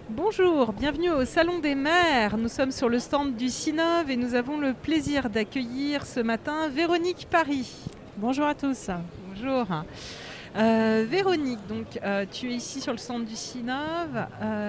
Bonjour, bienvenue au Salon des maires. Nous sommes sur le stand du Cinov et nous avons le plaisir d'accueillir ce matin Véronique Paris. Bonjour à tous. Bonjour. Véronique, donc tu es ici sur le stand du Cinov.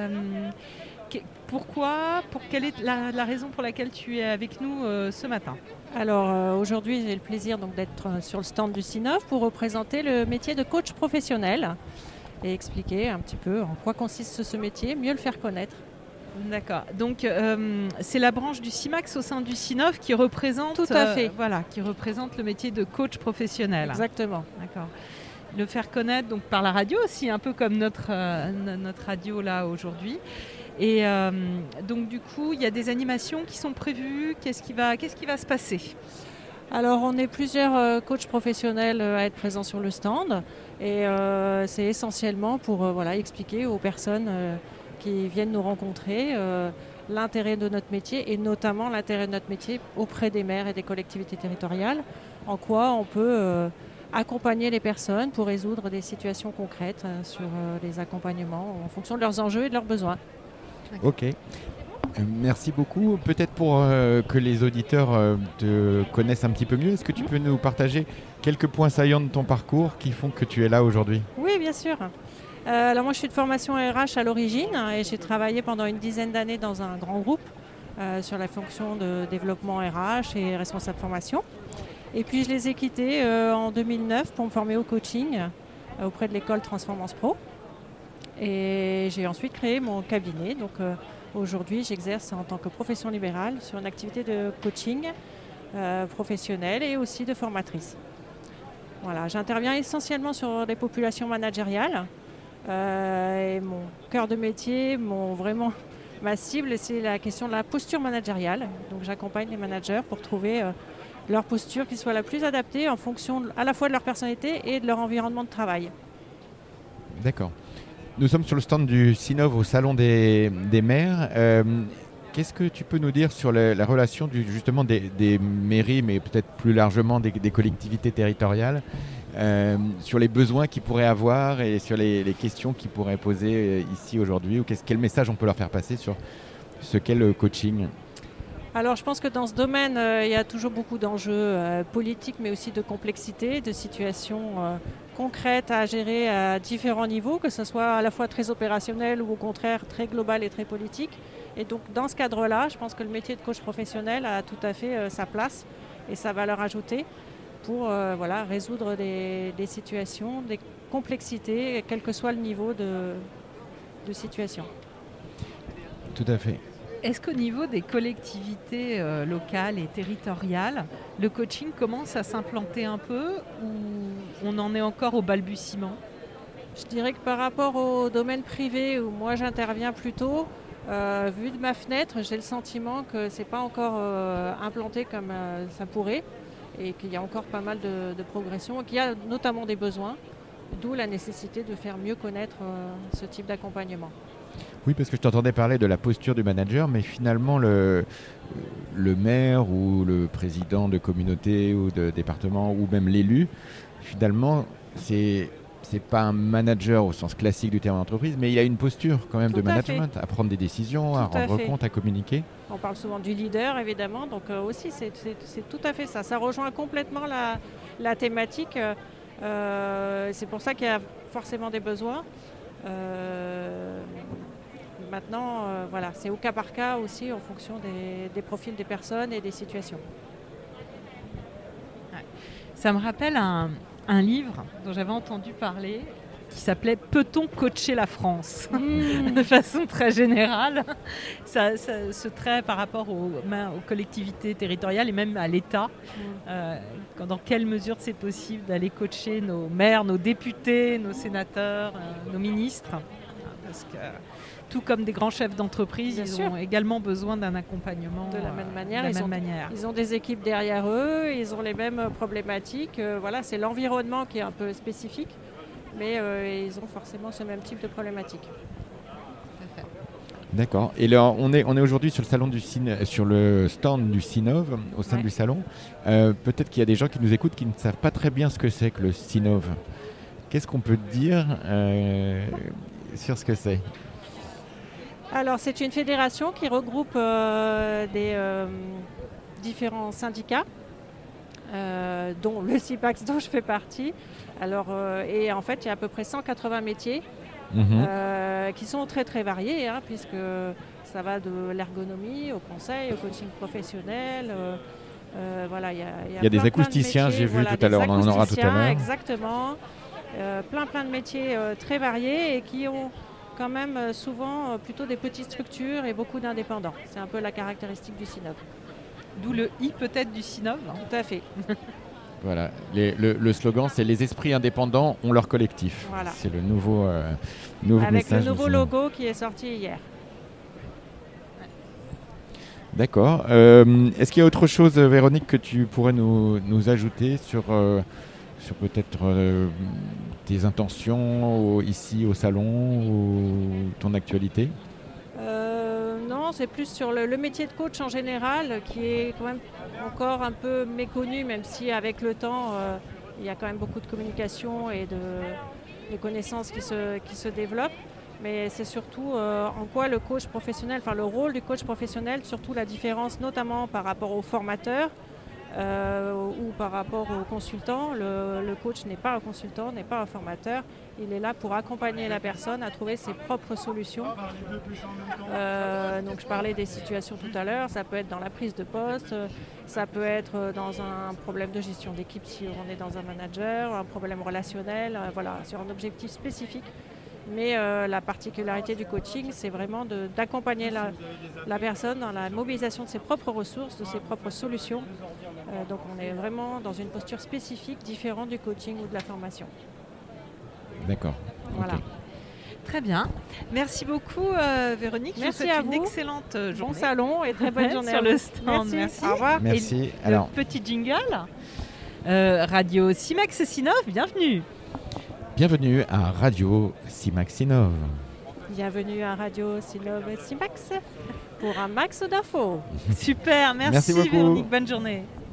Pourquoi Quelle est la raison pour laquelle tu es avec nous ce matin? Alors aujourd'hui, j'ai le plaisir d'être sur le stand du Cinov pour représenter le métier de coach professionnel et expliquer un petit peu en quoi consiste ce métier, mieux le faire connaître. D'accord. Donc c'est la branche du CIMAX au sein du Cinov qui représente, Tout à fait. qui représente le métier de coach professionnel. Exactement. D'accord. Le faire connaître donc par la radio aussi, un peu comme notre radio là aujourd'hui. Et donc du coup, il y a des animations qui sont prévues. Qu'est-ce qui va se passer? Alors on est plusieurs coachs professionnels à être présents sur le stand et c'est essentiellement pour expliquer aux personnes qui viennent nous rencontrer l'intérêt de notre métier et notamment l'intérêt de notre métier auprès des maires et des collectivités territoriales, en quoi on peut accompagner les personnes pour résoudre des situations concrètes sur les accompagnements en fonction de leurs enjeux et de leurs besoins. Ok. Merci beaucoup. Peut-être pour que les auditeurs te connaissent un petit peu mieux, est-ce que tu peux nous partager quelques points saillants de ton parcours qui font que tu es là aujourd'hui? Oui, bien sûr. Alors moi, je suis de formation RH à l'origine et j'ai travaillé pendant une dizaine d'années dans un grand groupe sur la fonction de développement RH et responsable formation. Et puis, je les ai quittés en 2009 pour me former au coaching auprès de l'école Transformance Pro. Et j'ai ensuite créé mon cabinet. Donc aujourd'hui, j'exerce en tant que profession libérale sur une activité de coaching professionnel et aussi de formatrice. Voilà, j'interviens essentiellement sur des populations managériales. Et mon cœur de métier, ma cible, c'est la question de la posture managériale. Donc j'accompagne les managers pour trouver leur posture qui soit la plus adaptée en fonction à la fois de leur personnalité et de leur environnement de travail. D'accord. Nous sommes sur le stand du Cinov au Salon des maires. Qu'est-ce que tu peux nous dire sur la relation justement des mairies, mais peut-être plus largement des collectivités territoriales, sur les besoins qu'ils pourraient avoir et sur les questions qu'ils pourraient poser ici aujourd'hui, ou quel message on peut leur faire passer sur ce qu'est le coaching? Alors je pense que dans ce domaine, il y a toujours beaucoup d'enjeux politiques, mais aussi de complexité, de situations concrètes à gérer à différents niveaux, que ce soit à la fois très opérationnel ou au contraire très global et très politique. Et donc dans ce cadre-là, je pense que le métier de coach professionnel a tout à fait sa place et sa valeur ajoutée pour résoudre des situations, des complexités, quel que soit le niveau de situation. Tout à fait. Est-ce qu'au niveau des collectivités locales et territoriales, le coaching commence à s'implanter un peu ou on en est encore au balbutiement? Je dirais que par rapport au domaine privé où moi j'interviens plutôt, vu de ma fenêtre, j'ai le sentiment que ce n'est pas encore implanté comme ça pourrait et qu'il y a encore pas mal de progression et qu'il y a notamment des besoins, d'où la nécessité de faire mieux connaître ce type d'accompagnement. Oui, parce que je t'entendais parler de la posture du manager, mais finalement, le maire ou le président de communauté ou de département ou même l'élu, finalement, c'est pas un manager au sens classique du terme entreprise, mais il a une posture quand même de management, à prendre des décisions, à rendre compte, à communiquer. On parle souvent du leader, évidemment, donc aussi c'est tout à fait ça. Ça rejoint complètement la thématique. C'est pour ça qu'il y a forcément des besoins. Maintenant, c'est au cas par cas aussi en fonction des profils des personnes et des situations. Ouais. Ça me rappelle un livre dont j'avais entendu parler qui s'appelait « Peut-on coacher la France ?» de façon très générale. Ça se traite par rapport aux collectivités territoriales et même à l'État. Dans quelle mesure c'est possible d'aller coacher nos maires, nos députés, nos sénateurs, nos ministres. Parce que tout comme des grands chefs d'entreprise, ont également besoin d'un accompagnement de la même manière. Ils ont des équipes derrière eux, ils ont les mêmes problématiques. C'est l'environnement qui est un peu spécifique, mais ils ont forcément ce même type de problématique. D'accord. Et là, on est aujourd'hui sur le stand du Cinov, au sein du salon. Peut-être qu'il y a des gens qui nous écoutent qui ne savent pas très bien ce que c'est que le Cinov. Qu'est-ce qu'on peut dire sur ce que c'est ? Alors, c'est une fédération qui regroupe des différents syndicats, dont le CIPAX dont je fais partie. Alors, et en fait, il y a à peu près 180 métiers qui sont très très variés, puisque ça va de l'ergonomie au conseil, au coaching professionnel. Voilà, il y a des acousticiens, j'ai vu tout à l'heure, on en aura tout à l'heure. Exactement. Plein de métiers très variés et qui ont quand même souvent plutôt des petites structures et beaucoup d'indépendants. C'est un peu la caractéristique du CINOV. D'où le I peut-être du CINOV. Tout à fait. Voilà, le slogan c'est les esprits indépendants ont leur collectif. Voilà. C'est le nouveau Avec message. Avec le nouveau logo qui est sorti hier. D'accord. Est-ce qu'il y a autre chose, Véronique, que tu pourrais nous ajouter sur peut-être tes intentions ici au salon ou ton actualité ? Non, c'est plus sur le métier de coach en général qui est quand même encore un peu méconnu, même si avec le temps, il y a quand même beaucoup de communication et de connaissances qui se développent. Mais c'est surtout en quoi le coach professionnel, enfin le rôle du coach professionnel, surtout la différence notamment par rapport aux formateurs ou par rapport aux consultants. Le coach n'est pas un consultant, n'est pas un formateur. Il est là pour accompagner la personne à trouver ses propres solutions. Donc je parlais des situations tout à l'heure, ça peut être dans la prise de poste, ça peut être dans un problème de gestion d'équipe si on est dans un manager, un problème relationnel, voilà, sur un objectif spécifique. Mais la particularité du coaching, c'est vraiment d'accompagner la personne dans la mobilisation de ses propres ressources, de ses propres solutions. Donc on est vraiment dans une posture spécifique, différente du coaching ou de la formation. D'accord. Voilà. Okay. Très bien. Merci beaucoup Véronique. Merci Je vous souhaite à une vous. excellente journée. Bon salon et très bonne journée sur à le vous. stand. Merci. Au revoir. Merci. Et le petit jingle. Radio CIMAX Sinov, bienvenue. Bienvenue à Radio CIMAX Sinov. Bienvenue à Radio Sinov CIMAX pour un max d'infos. Super, merci beaucoup. Véronique, bonne journée.